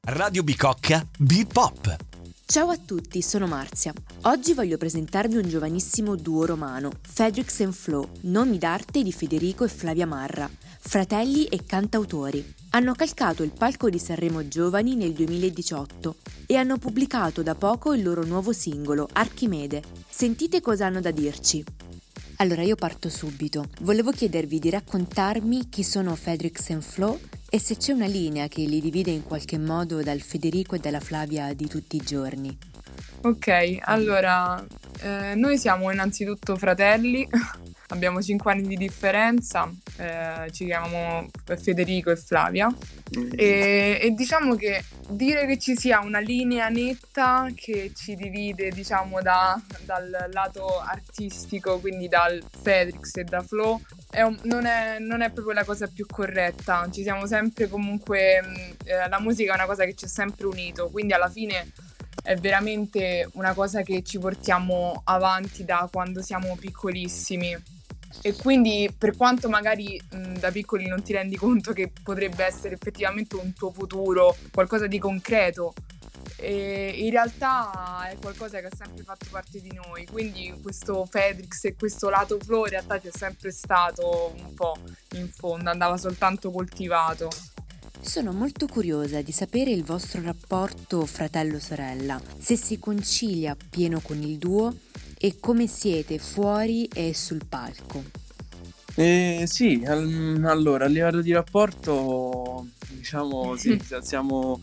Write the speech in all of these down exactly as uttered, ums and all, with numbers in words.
Radio Bicocca Bebop. Ciao a tutti, sono Marzia. Oggi voglio presentarvi un giovanissimo duo romano, Fedrix and Flo, nomi d'arte di Federico e Flavia Marra, fratelli e cantautori. Hanno calcato il palco di Sanremo Giovani nel duemiladiciotto e hanno pubblicato da poco il loro nuovo singolo, Archimede. Sentite cosa hanno da dirci. Allora io parto subito. Volevo chiedervi di raccontarmi chi sono Fedrix and Flo e se c'è una linea che li divide in qualche modo dal Federico e dalla Flavia di tutti i giorni. Ok, allora, eh, noi siamo innanzitutto fratelli, abbiamo cinque anni di differenza, eh, ci chiamiamo Federico e Flavia e, e diciamo che dire che ci sia una linea netta che ci divide, diciamo, da, dal lato artistico, quindi dal Fedrix e da Flo, è un, non, è, non è proprio la cosa più corretta. Ci siamo sempre comunque, eh, la musica è una cosa che ci ha sempre unito, quindi alla fine è veramente una cosa che ci portiamo avanti da quando siamo piccolissimi. E quindi per quanto magari mh, da piccoli non ti rendi conto che potrebbe essere effettivamente un tuo futuro, qualcosa di concreto, e in realtà è qualcosa che ha sempre fatto parte di noi, quindi questo Fedrix e questo lato Flo in realtà c'è sempre stato un po' in fondo, andava soltanto coltivato. Sono molto curiosa di sapere il vostro rapporto fratello-sorella, se si concilia pieno con il duo e come siete fuori e sul palco. Eh, sì, al- allora a livello di rapporto diciamo sì, siamo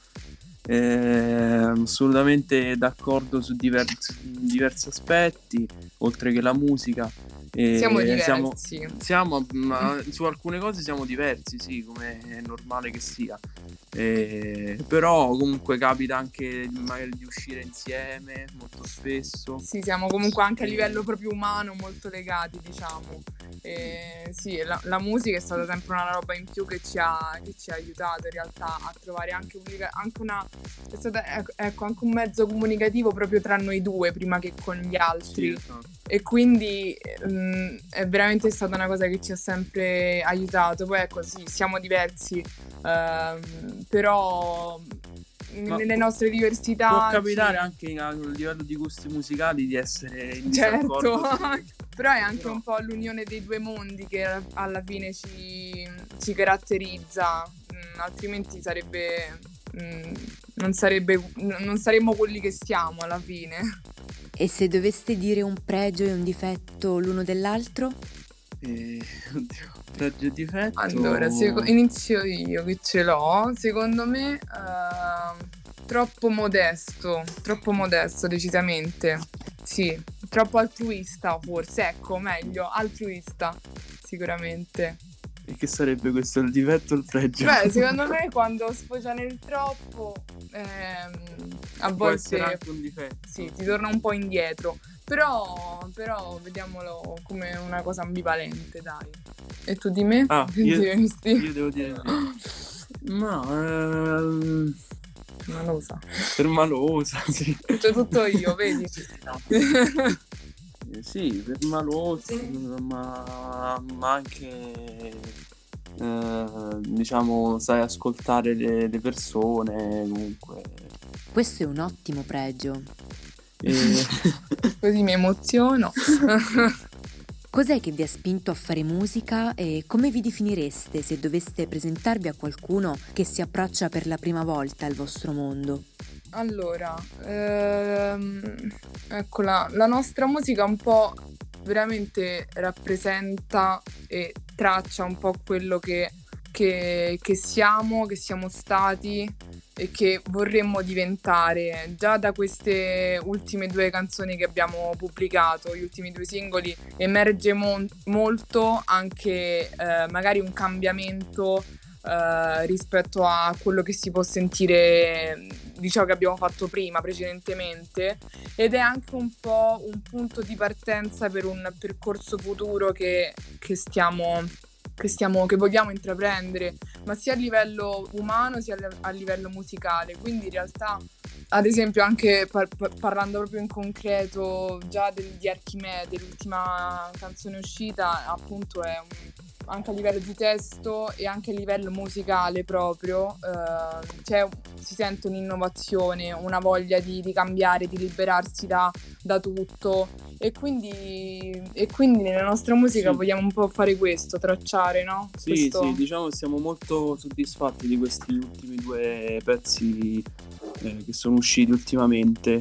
eh, assolutamente d'accordo su diversi, diversi aspetti, oltre che la musica. Eh, Siamo diversi. Siamo, siamo, ma su alcune cose siamo diversi, sì, come è normale che sia. Eh, però comunque capita anche magari di uscire insieme molto spesso. Sì, siamo comunque anche a livello proprio umano molto legati, diciamo. E sì, la, la musica è stata sempre una roba in più che ci ha, che ci ha aiutato in realtà a trovare anche, un, anche una è stata, ecco, anche un mezzo comunicativo proprio tra noi due prima che con gli altri. Sì, esatto. E quindi mh, è veramente stata una cosa che ci ha sempre aiutato. Poi ecco, sì, siamo diversi, ehm, però Ma nelle nostre diversità può capitare ci... anche a livello di gusti musicali di essere in certo. disaccordo. Però è anche Però... un po' l'unione dei due mondi che alla fine ci, ci caratterizza, mm, altrimenti sarebbe mm, non sarebbe non saremmo quelli che siamo alla fine. E se doveste dire un pregio e un difetto l'uno dell'altro? Eh, oddio, pregio e difetto. Allora, seco- inizio io che ce l'ho. Secondo me uh, troppo modesto, troppo modesto decisamente. Sì, troppo altruista forse, ecco, meglio, altruista, sicuramente. E che sarebbe questo, il difetto o il pregio? Beh, secondo me quando sfocia nel troppo ehm, a Può essere volte anche un difetto. sì, ti torna un po' indietro. Però, però vediamolo come una cosa ambivalente, dai. E tu di me? Ah, Che io, diresti? io devo dire ma ehm, Malosa. permalosa, sì. C'è tutto io, vedi? Eh, sì, permalosa, ma, ma anche eh, diciamo sai ascoltare le, le persone comunque. Questo è un ottimo pregio. E... Così mi emoziono. Cos'è che vi ha spinto a fare musica e come vi definireste se doveste presentarvi a qualcuno che si approccia per la prima volta al vostro mondo? Allora, ehm, ecco la, la nostra musica un po' veramente rappresenta e traccia un po' quello che, che, che siamo, che siamo stati e che vorremmo diventare. Già da queste ultime due canzoni che abbiamo pubblicato, gli ultimi due singoli, emerge mon- molto anche eh, magari un cambiamento eh, rispetto a quello che si può sentire di ciò che abbiamo fatto prima, precedentemente, ed è anche un po' un punto di partenza per un percorso futuro che, che stiamo che stiamo che vogliamo intraprendere, ma sia a livello umano sia a livello musicale. Quindi in realtà, ad esempio, anche par- par- parlando proprio in concreto già del, di Archimede, l'ultima canzone uscita, appunto è un anche a livello di testo e anche a livello musicale proprio, eh, c'è, si sente un'innovazione, una voglia di, di cambiare, di liberarsi da, da tutto e quindi, e quindi nella nostra musica Sì. vogliamo un po' fare questo, tracciare, no? Sì, Questo... sì, diciamo che siamo molto soddisfatti di questi ultimi due pezzi eh, che sono usciti ultimamente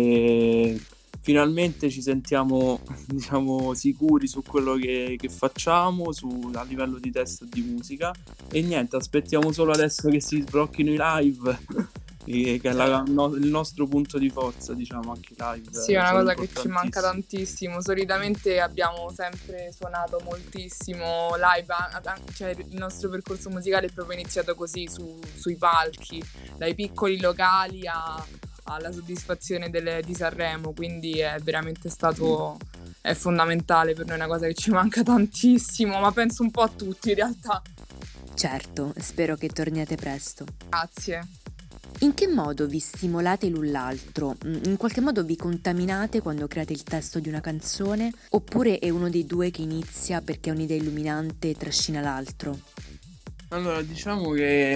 e finalmente ci sentiamo, diciamo, sicuri su quello che, che facciamo su, a livello di testo e di musica e niente, aspettiamo solo adesso che si sblocchino i live e che è la- no- il nostro punto di forza, diciamo, anche i live. Sì, è una sono cosa che ci manca importantissimi. tantissimo. Solitamente abbiamo sempre suonato moltissimo live, a- a- cioè il nostro percorso musicale è proprio iniziato così su- sui palchi, dai piccoli locali a- alla soddisfazione delle- di Sanremo, quindi è veramente stato è fondamentale per noi, è una cosa che ci manca tantissimo, ma penso un po' a tutti in realtà. Certo, spero che torniate presto. Grazie. In che modo vi stimolate l'un l'altro? In qualche modo vi contaminate quando create il testo di una canzone? Oppure è uno dei due che inizia perché è un'idea illuminante e trascina l'altro? Allora, diciamo che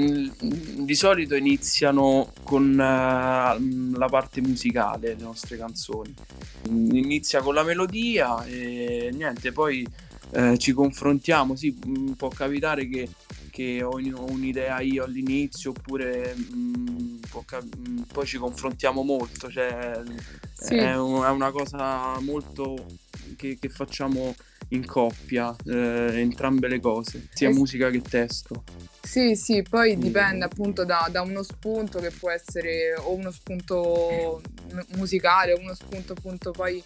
mh, di solito iniziano con uh, la parte musicale le nostre canzoni. Mh, Inizia con la melodia e niente, poi eh, ci confrontiamo. Sì, mh, può capitare che, che ho, in- ho un'idea io all'inizio, oppure mh, può cap- mh, poi ci confrontiamo molto. Cioè, Sì. è, un- è una cosa molto che, che facciamo in coppia, eh, entrambe le cose, sia Es- musica che testo. Sì, sì, poi Mm. dipende appunto da, da uno spunto che può essere o uno spunto m- musicale o uno spunto appunto poi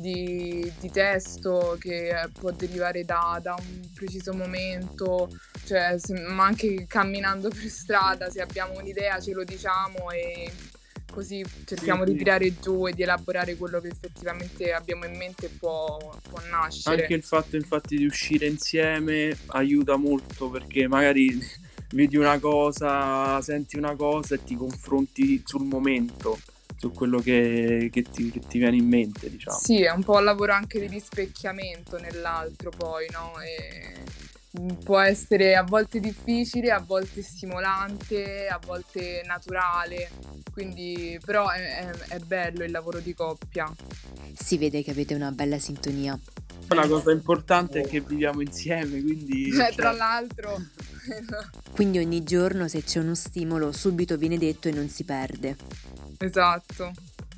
di, di testo che eh, può derivare da, da un preciso momento, cioè se- ma anche camminando per strada, se abbiamo un'idea ce lo diciamo e così cerchiamo Sì, di sì. tirare giù e di elaborare quello che effettivamente abbiamo in mente e può, può nascere. Anche il fatto infatti di uscire insieme aiuta molto, perché magari vedi una cosa, senti una cosa e ti confronti sul momento, su quello che, che ti, che ti viene in mente, diciamo. Sì, è un po' un lavoro anche di rispecchiamento nell'altro poi, no? E mm, può essere a volte difficile, a volte stimolante, a volte naturale, quindi però è, è- è bello il lavoro di coppia. Si vede che avete una bella sintonia. La cosa importante è che viviamo insieme, quindi Eh, Tra cioè, l'altro, Quindi ogni giorno se c'è uno stimolo subito viene detto e non si perde. esatto.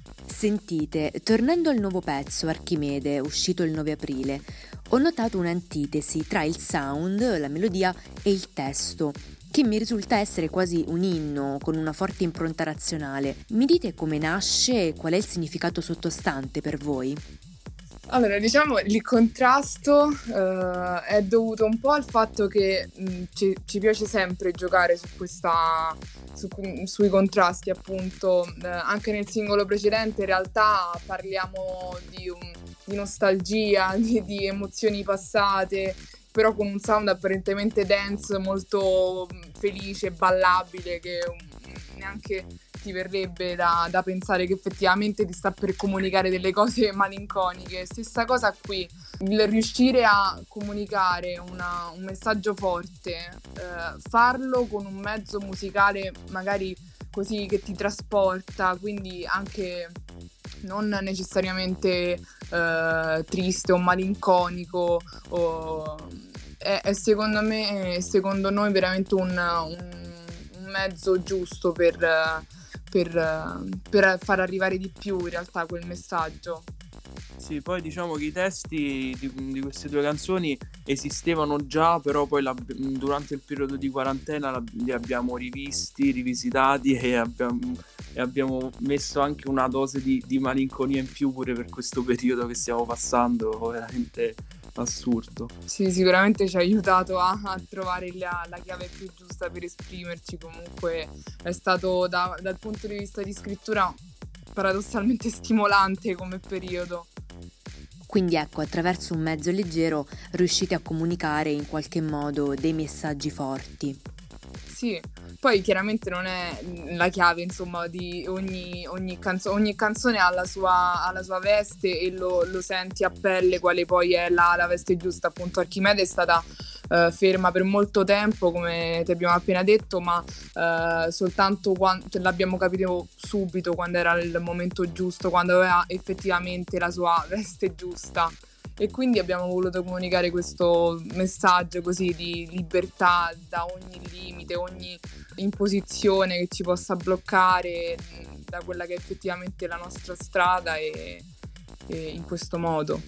Sentite, tornando al nuovo pezzo Archimede, uscito il nove aprile, ho notato un'antitesi tra il sound, la melodia e il testo, che mi risulta essere quasi un inno con una forte impronta razionale. Mi dite come nasce e qual è il significato sottostante per voi? Allora, diciamo il contrasto eh, è dovuto un po' al fatto che mh, ci, ci piace sempre giocare su questa, su- sui contrasti, appunto. Eh, anche nel singolo precedente in realtà parliamo di, un- di nostalgia, di, di emozioni passate, però con un sound apparentemente dance, molto mh, felice, ballabile, che um, neanche ti verrebbe da, da pensare che effettivamente ti sta per comunicare delle cose malinconiche. Stessa cosa qui, il riuscire a comunicare una- un messaggio forte, eh, farlo con un mezzo musicale magari così che ti trasporta, quindi anche non necessariamente eh, triste o malinconico, o- è, è secondo me, secondo noi veramente un, un- un mezzo giusto per, per, per far arrivare di più in realtà quel messaggio. sì, poi diciamo che i testi di, di queste due canzoni esistevano già, però poi la- durante il periodo di quarantena la- li abbiamo rivisti, rivisitati e abbiamo, e abbiamo messo anche una dose di, di malinconia in più pure per questo periodo che stiamo passando, veramente assurdo. Sì, sicuramente ci ha aiutato a, a trovare la, la chiave più giusta per esprimerci. Comunque è stato da- dal punto di vista di scrittura paradossalmente stimolante come periodo. Quindi ecco, attraverso un mezzo leggero riuscite a comunicare in qualche modo dei messaggi forti. Sì, poi chiaramente non è la chiave, insomma, di ogni, ogni, canzo- ogni canzone ha la sua, ha la sua veste e lo, lo senti a pelle quale poi è la, la veste giusta. Appunto Archimede è stata eh, ferma per molto tempo, come ti abbiamo appena detto, ma eh, soltanto quando cioè, l'abbiamo capito subito quando era il momento giusto, quando aveva effettivamente la sua veste giusta. E quindi abbiamo voluto comunicare questo messaggio così di libertà da ogni limite, ogni imposizione che ci possa bloccare da quella che è effettivamente la nostra strada, e, e in questo modo.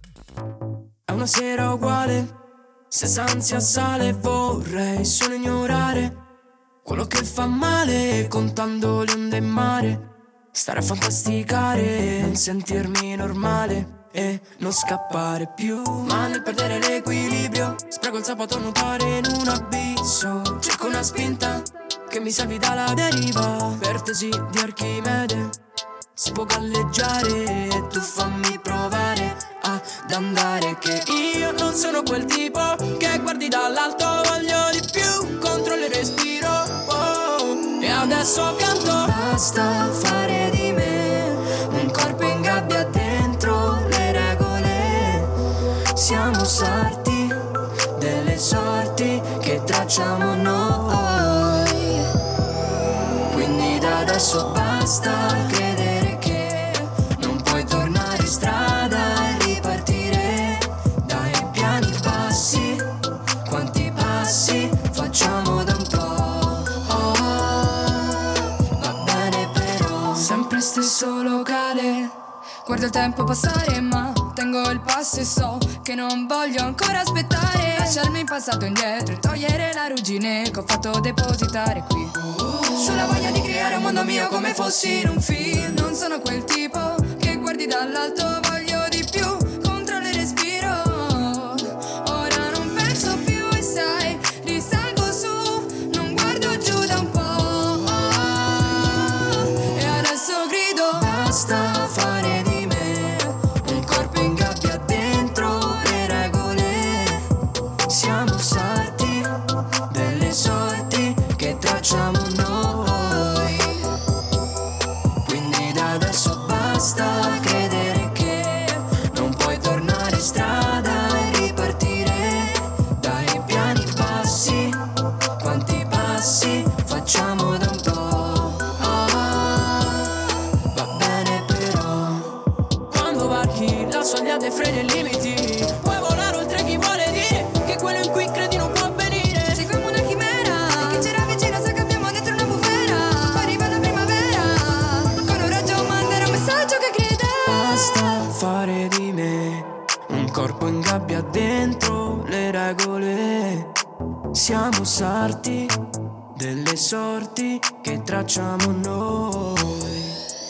È una sera uguale, senza ansia sale, vorrei solo ignorare quello che fa male, contando le onde in mare, stare a fantasticare, non sentirmi normale e non scappare più, ma nel perdere l'equilibrio spreco il sabato a nuotare in un abisso, cerco una spinta che mi salvi dalla deriva, per tesi di Archimede si può galleggiare e tu fammi provare ad andare, che io non sono quel tipo che guardi dall'alto, voglio di più, controllo il respiro, oh, e adesso canto. Basta fare di me un corpo in gabbia dentro le regole, siamo sarti delle sorti che tracciamo noi, quindi da adesso basta credere che non puoi tornare in strada e ripartire dai piani bassi, quanti passi facciamo da un po', oh, va bene però, sempre stesso locale, guardo il tempo passare ma tengo il passo e so che non voglio ancora aspettare, lasciarmi il passato indietro e togliere la ruggine che ho fatto depositare qui, sulla voglia di creare un mondo mio come fossi in un film, non sono quel tipo che guardi dall'alto, voglio di più, controllo il respiro, ora non penso più e sai, risalgo su, non guardo giù da un po', e adesso grido basta fare di me un corpo in gabbia dentro le regole, siamo sarti delle sorti che tracciamo noi, quindi da adesso basta credere che non puoi tornare in strada e ripartire dai piani bassi, quanti passi facciamo da un po', oh, va bene però, quando varchi la soglia dei freni e limiti, puoi volare oltre chi vuole dire che quello in cui credi non può avvenire, sei come una chimera, e chi c'era vicino sa che abbiamo dentro una bufera, poi arriva la primavera, con un raggio manderà un messaggio che grida basta fare di me un corpo in gabbia dentro le regole, siamo sarti delle sorti che tracciamo noi,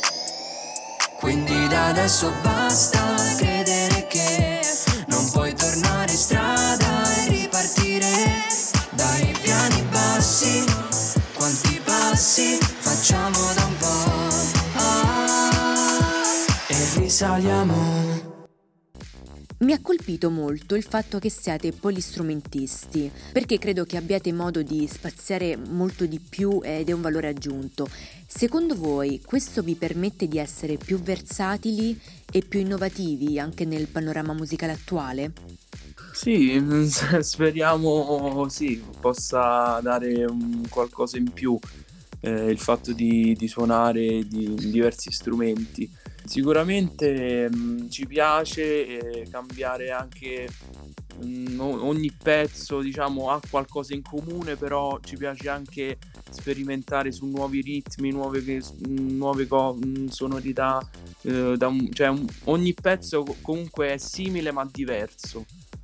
quindi da adesso basta credere che non puoi tornare in strada e ripartire dai piani bassi, quanti passi facciamo da un po', ah, e risaliamo. Mi ha colpito molto il fatto che siate polistrumentisti, perché credo che abbiate modo di spaziare molto di più ed è un valore aggiunto. Secondo voi questo vi permette di essere più versatili e più innovativi anche nel panorama musicale attuale? Sì, speriamo sì, possa dare un qualcosa in più eh, il fatto di, di suonare di diversi strumenti. Sicuramente mh, ci piace eh, cambiare anche mh, ogni pezzo, diciamo, ha qualcosa in comune, però ci piace anche sperimentare su nuovi ritmi, nuove, nuove co- sonorità, eh, da un, cioè un, ogni pezzo comunque è simile ma diverso,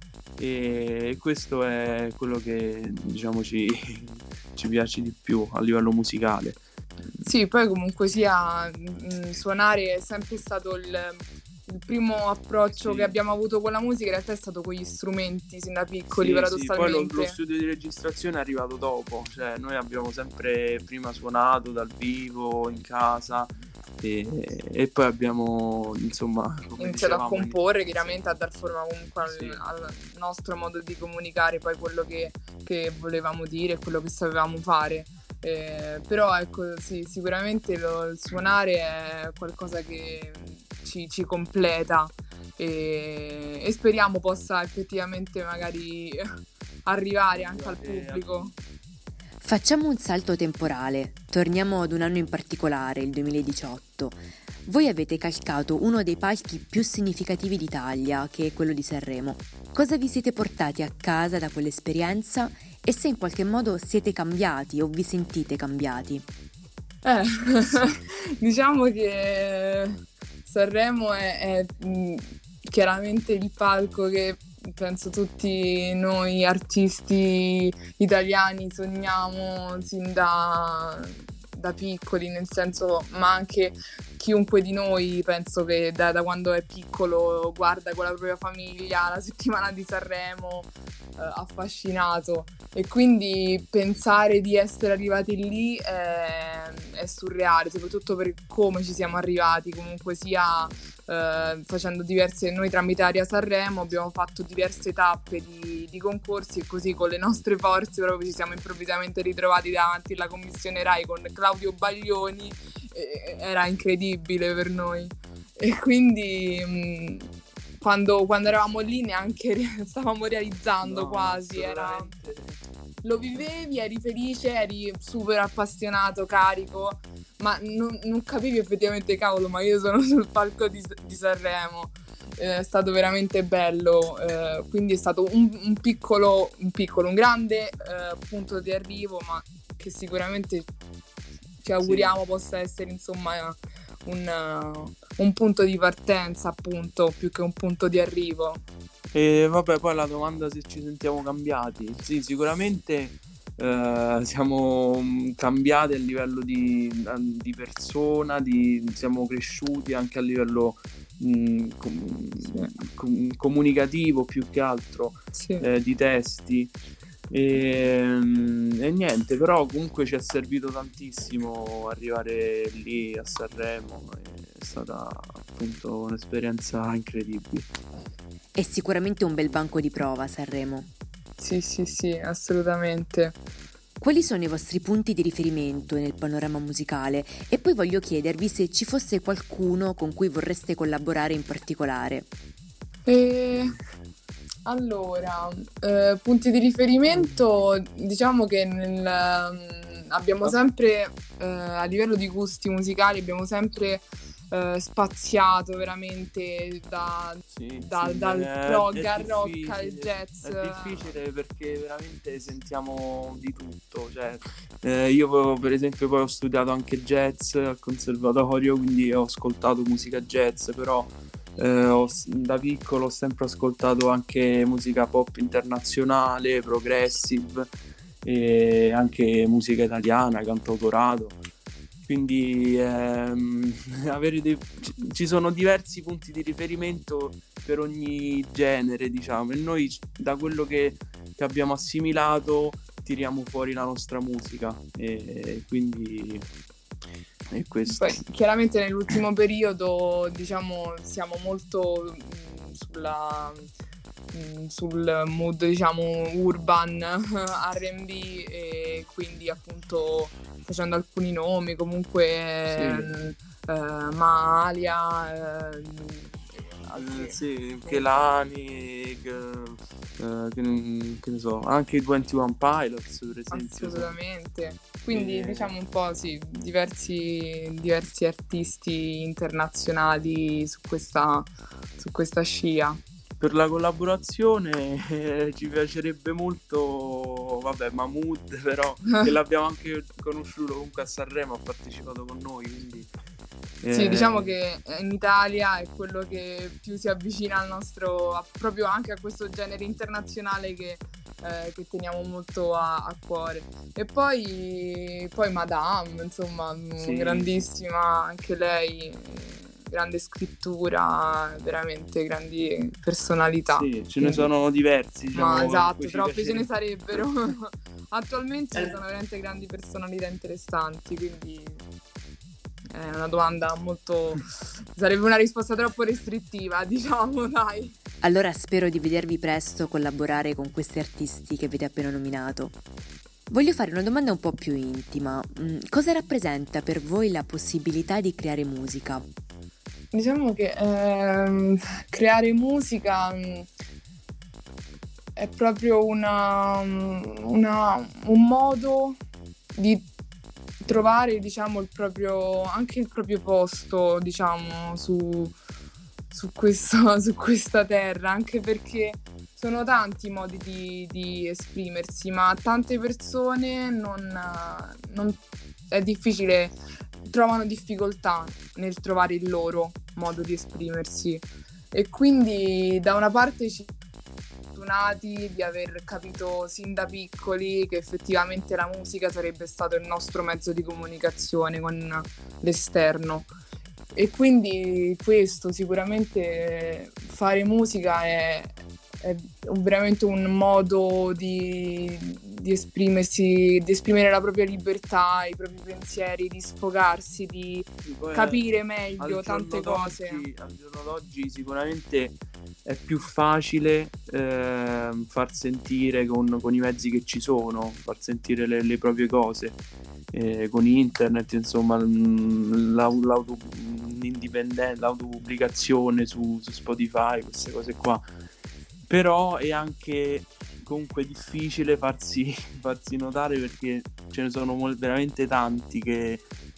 e questo è quello che diciamo ci, ci piace di più a livello musicale. Sì, poi comunque sia mh, suonare è sempre stato il, il primo approccio Sì. che abbiamo avuto con la musica, in realtà è stato con gli strumenti sin da piccoli, Sì, sì, paradossalmente. poi lo, lo studio di registrazione è arrivato dopo, cioè noi abbiamo sempre prima suonato dal vivo in casa e, e poi abbiamo insomma come iniziato a dicevamo, comporre, chiaramente a dar forma comunque al, Sì. al nostro modo di comunicare poi quello che, che volevamo dire, quello che sapevamo fare. Eh, però ecco sì, sicuramente lo, il suonare è qualcosa che ci, ci completa, e, e speriamo possa effettivamente magari arrivare anche al Arrivare al pubblico. Facciamo un salto temporale, torniamo ad un anno in particolare, il duemiladiciotto. Voi avete calcato uno dei palchi più significativi d'Italia, che è quello di Sanremo. Cosa vi siete portati a casa da quell'esperienza e se in qualche modo siete cambiati o vi sentite cambiati? Eh, diciamo che Sanremo è, è mh, chiaramente il palco che penso tutti noi artisti italiani sogniamo sin da, da piccoli, nel senso, ma anche chiunque di noi penso che da, da quando è piccolo guarda con la propria famiglia la settimana di Sanremo, eh, affascinato, e quindi pensare di essere arrivati lì è, è surreale, soprattutto per come ci siamo arrivati, comunque sia eh, facendo diverse, noi tramite Aria Sanremo abbiamo fatto diverse tappe di, di concorsi e così con le nostre forze proprio ci siamo improvvisamente ritrovati davanti alla commissione Rai con Claudio Baglioni, e era incredibile per noi, e quindi mh, quando, quando eravamo lì neanche stavamo realizzando, No, quasi, era... assolutamente. lo vivevi, eri felice, eri super appassionato, carico, ma non, non capivi effettivamente, cavolo, ma io sono sul palco di, di Sanremo. Eh, È stato veramente bello, eh, quindi è stato un, un piccolo, un piccolo, un grande eh, punto di arrivo, ma che sicuramente ci auguriamo Sì. possa essere, insomma, un, uh, un punto di partenza, appunto, più che un punto di arrivo. E vabbè, poi la domanda se ci sentiamo cambiati. Sì, sicuramente eh, siamo mm, cambiati a livello di, di persona, di, siamo cresciuti anche a livello mm, com- com- comunicativo più che altro, Sì. eh, di testi. E, mm, e niente, però comunque ci è servito tantissimo arrivare lì a Sanremo, è stata appunto un'esperienza incredibile. È sicuramente un bel banco di prova, Sanremo. Sì, sì, sì, assolutamente. Quali sono i vostri punti di riferimento nel panorama musicale? E poi voglio chiedervi se ci fosse qualcuno con cui vorreste collaborare in particolare. E allora, eh, punti di riferimento, diciamo che nel, mm, abbiamo sempre, eh, a livello di gusti musicali, abbiamo sempre eh, spaziato veramente da, Sì, da- sì, dal è- prog è al rock difficile, al jazz. È difficile perché veramente sentiamo di tutto. Cioè, eh, io poi, per esempio poi ho studiato anche jazz al conservatorio, quindi ho ascoltato musica jazz, però eh, ho- da piccolo ho sempre ascoltato anche musica pop internazionale, progressive e anche musica italiana, cantautorato. Quindi ehm, avere dei, ci- ci sono diversi punti di riferimento per ogni genere, diciamo, e noi c- da quello che, che abbiamo assimilato tiriamo fuori la nostra musica, e quindi è questo. Poi chiaramente nell'ultimo periodo, diciamo, siamo molto mh, sulla, mh, sul mood, diciamo, urban, R and B, e quindi appunto facendo alcuni nomi, comunque eh, eh, Malia, eh, Eh, sì, Kelani, che, eh, che, ne che ne so, anche i ventuno Pilots per esempio. assolutamente. Quindi Eh. diciamo un po' sì, diversi, diversi artisti internazionali su questa, su questa scia. Per la collaborazione eh, ci piacerebbe molto, vabbè, Mahmood, però che l'abbiamo anche conosciuto comunque a Sanremo, ha partecipato con noi, quindi Sì, eh, diciamo che in Italia è quello che più si avvicina al nostro, a- proprio anche a questo genere internazionale che, eh, che teniamo molto a, a cuore. E poi, poi Madame, insomma, Sì. grandissima anche lei, grande scrittura, veramente grandi personalità. sì, ce ne sono diversi, diciamo, Ma con esatto, cui ci troppe ce ne piacerebbe. sarebbero. Attualmente ci sono veramente grandi personalità interessanti, quindi è una domanda molto... sarebbe una risposta troppo restrittiva, diciamo, dai. Allora spero di vedervi presto collaborare con questi artisti che avete appena nominato. Voglio fare una domanda un po' più intima. Mm, Cosa rappresenta per voi la possibilità di creare musica? Diciamo che ehm, creare musica, mh, è proprio una, una- un modo di trovare, diciamo, il proprio, anche il proprio posto, diciamo, su, su questo- su questa terra, anche perché sono tanti i modi di, di esprimersi, ma tante persone non, non- è difficile, trovano difficoltà nel trovare il loro modo di esprimersi. E quindi da una parte ci siamo fortunati di aver capito sin da piccoli che effettivamente la musica sarebbe stato il nostro mezzo di comunicazione con l'esterno. E quindi questo sicuramente, fare musica è, è veramente un modo di, di esprimersi, di esprimere la propria libertà, i propri pensieri, di sfogarsi, di Poi, capire al meglio giorno tante cose. d'oggi, al giorno d'oggi sicuramente è più facile ehm, far sentire con, con i mezzi che ci sono, far sentire le, le proprie cose. Eh, con internet, insomma, mm, l'au- l'auto, indipenden- l'autopubblicazione su, su Spotify, queste cose qua. Però è anche comunque difficile farsi, farsi notare, perché ce ne sono mol- veramente tanti che,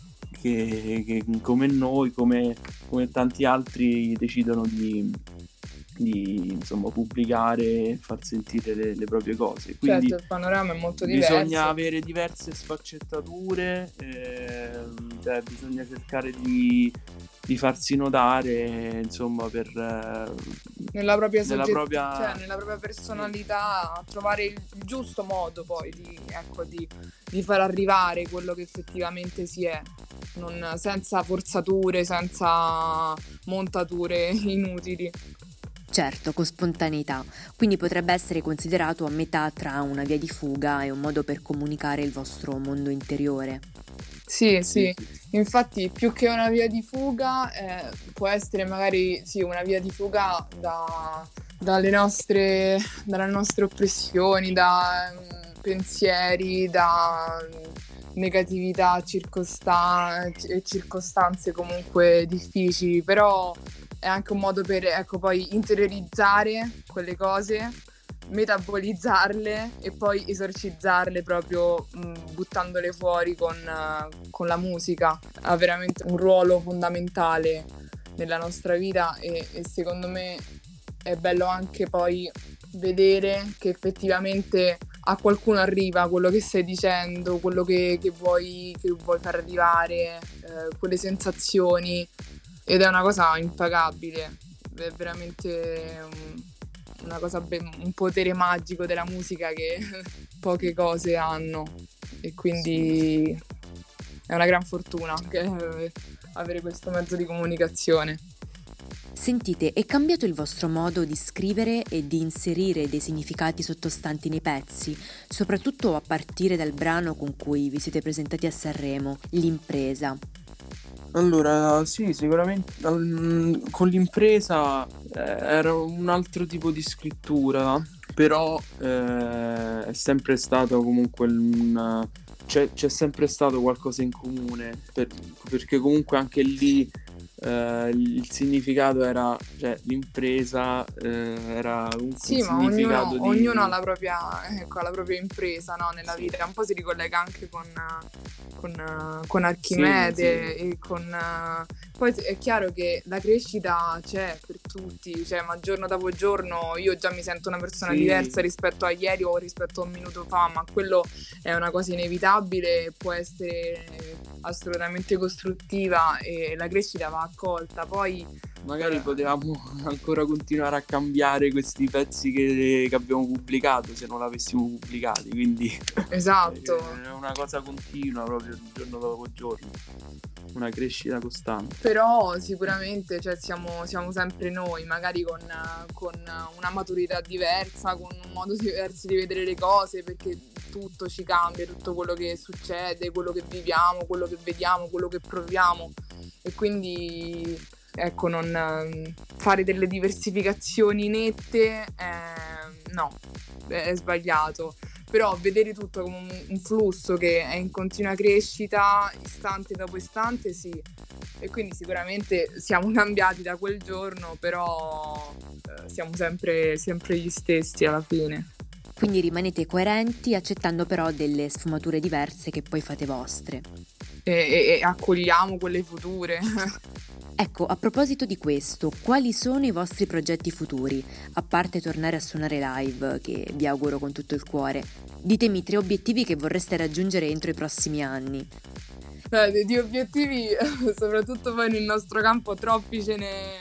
che- che come noi, come, come tanti altri, decidono di, di, insomma, pubblicare e far sentire le, le proprie cose. Quindi Certo, il panorama è molto diverso. bisogna avere diverse sfaccettature, ehm, cioè bisogna cercare di, di farsi notare, insomma, per eh, nella propria nella sogget- propria- cioè nella propria personalità, trovare il il giusto modo poi di, ecco, di, di far arrivare quello che effettivamente si è, non, senza forzature, senza montature inutili. Certo, con spontaneità, quindi potrebbe essere considerato a metà tra una via di fuga e un modo per comunicare il vostro mondo interiore. Sì, Sì, sì, sì. infatti più che una via di fuga eh, può essere magari sì, una via di fuga da- dalle nostre, dalle nostre oppressioni, da mm, pensieri, da mm, negatività circostan- e circostanze comunque difficili, però è anche un modo per, ecco, poi interiorizzare quelle cose, metabolizzarle e poi esorcizzarle proprio mh, buttandole fuori con, eh, con la musica. Ha veramente un ruolo fondamentale nella nostra vita e, e secondo me è bello anche poi vedere che effettivamente a qualcuno arriva quello che stai dicendo, quello che, che vuoi, che vuoi far arrivare, eh, quelle sensazioni, ed è una cosa impagabile, è veramente un- una cosa, be- un potere magico della musica che poche cose hanno, e quindi è una gran fortuna che, eh, avere questo mezzo di comunicazione. Sentite, è cambiato il vostro modo di scrivere e di inserire dei significati sottostanti nei pezzi, soprattutto a partire dal brano con cui vi siete presentati a Sanremo, L'impresa. Allora, sì, sicuramente al- con l'impresa eh, era un altro tipo di scrittura, però eh, è sempre stato comunque un... c'è, c'è sempre stato qualcosa in comune, per- perché comunque anche lì eh, il significato era, cioè l'impresa eh, era comunque Sì, un ma ognuno, significato di... ognuno ha la propria, ecco, ha la propria impresa, no, nella Sì. vita. Un po' si ricollega anche con, con, con Archimede Sì, sì. e con... Poi è chiaro che la crescita c'è per tutti, cioè, ma giorno dopo giorno io già mi sento una persona Sì. diversa rispetto a ieri o rispetto a un minuto fa, ma quello è una cosa inevitabile, può essere assolutamente costruttiva e la crescita va accolta. Poi Magari Eh. potevamo ancora continuare a cambiare questi pezzi che, che abbiamo pubblicato se non l'avessimo pubblicati, quindi esatto. è una cosa continua, proprio giorno dopo giorno, una crescita costante. Però sicuramente, cioè, siamo, siamo sempre noi, magari con, con una maturità diversa, con un modo diverso di vedere le cose, perché tutto ci cambia, tutto quello che succede, quello che viviamo, quello che vediamo, quello che proviamo, e quindi ecco, non ehm, fare delle diversificazioni nette, eh, no, è, è sbagliato. però vedere tutto come un, un flusso che è in continua crescita, istante dopo istante, sì. E quindi sicuramente siamo cambiati da quel giorno, però eh, siamo sempre, sempre gli stessi alla fine. Quindi rimanete coerenti, accettando però delle sfumature diverse che poi fate vostre. E, e, e accogliamo quelle future. Ecco, a proposito di questo, quali sono i vostri progetti futuri? A parte tornare a suonare live, che vi auguro con tutto il cuore. Ditemi tre obiettivi che vorreste raggiungere entro i prossimi anni. Eh, di obiettivi, soprattutto poi nel nostro campo, troppi ce ne,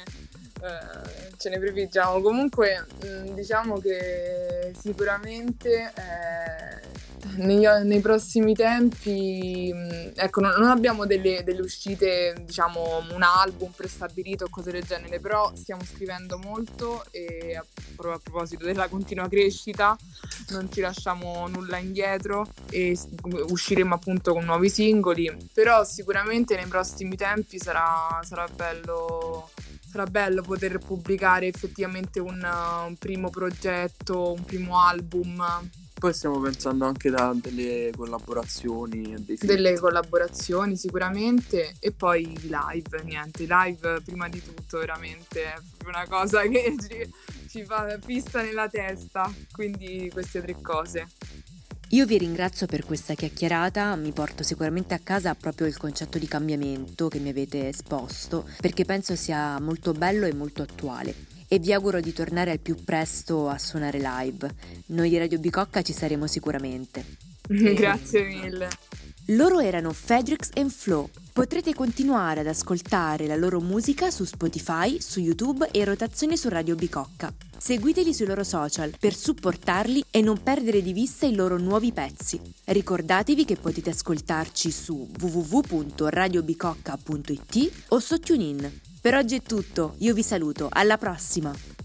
eh, ce ne prefiggiamo. Comunque, mh, diciamo che sicuramente eh, nei, nei prossimi tempi, mh, ecco, non, non abbiamo delle, delle uscite, diciamo, un album prestabilito o cose del genere, però stiamo scrivendo molto e a, a proposito della continua crescita non ci lasciamo nulla indietro e usciremo appunto con nuovi singoli, però sicuramente nei prossimi tempi sarà, sarà bello sarà bello poter pubblicare effettivamente un, un primo progetto, un primo album. Poi stiamo pensando anche da delle collaborazioni, dei film. Delle collaborazioni sicuramente, e poi i live, niente, i live prima di tutto veramente è proprio una cosa che ci, ci fa pista nella testa, quindi queste tre cose. Io vi ringrazio per questa chiacchierata, mi porto sicuramente a casa proprio il concetto di cambiamento che mi avete esposto, perché penso sia molto bello e molto attuale. E vi auguro di tornare al più presto a suonare live. Noi di Radio Bicocca ci saremo sicuramente. Grazie mille. Loro erano Fedrix and Flow. Potrete continuare ad ascoltare la loro musica su Spotify, su YouTube e rotazione su Radio Bicocca. Seguiteli sui loro social per supportarli e non perdere di vista i loro nuovi pezzi. Ricordatevi che potete ascoltarci su w w w punto radio bicocca punto i t o su TuneIn. Per oggi è tutto, io vi saluto, alla prossima!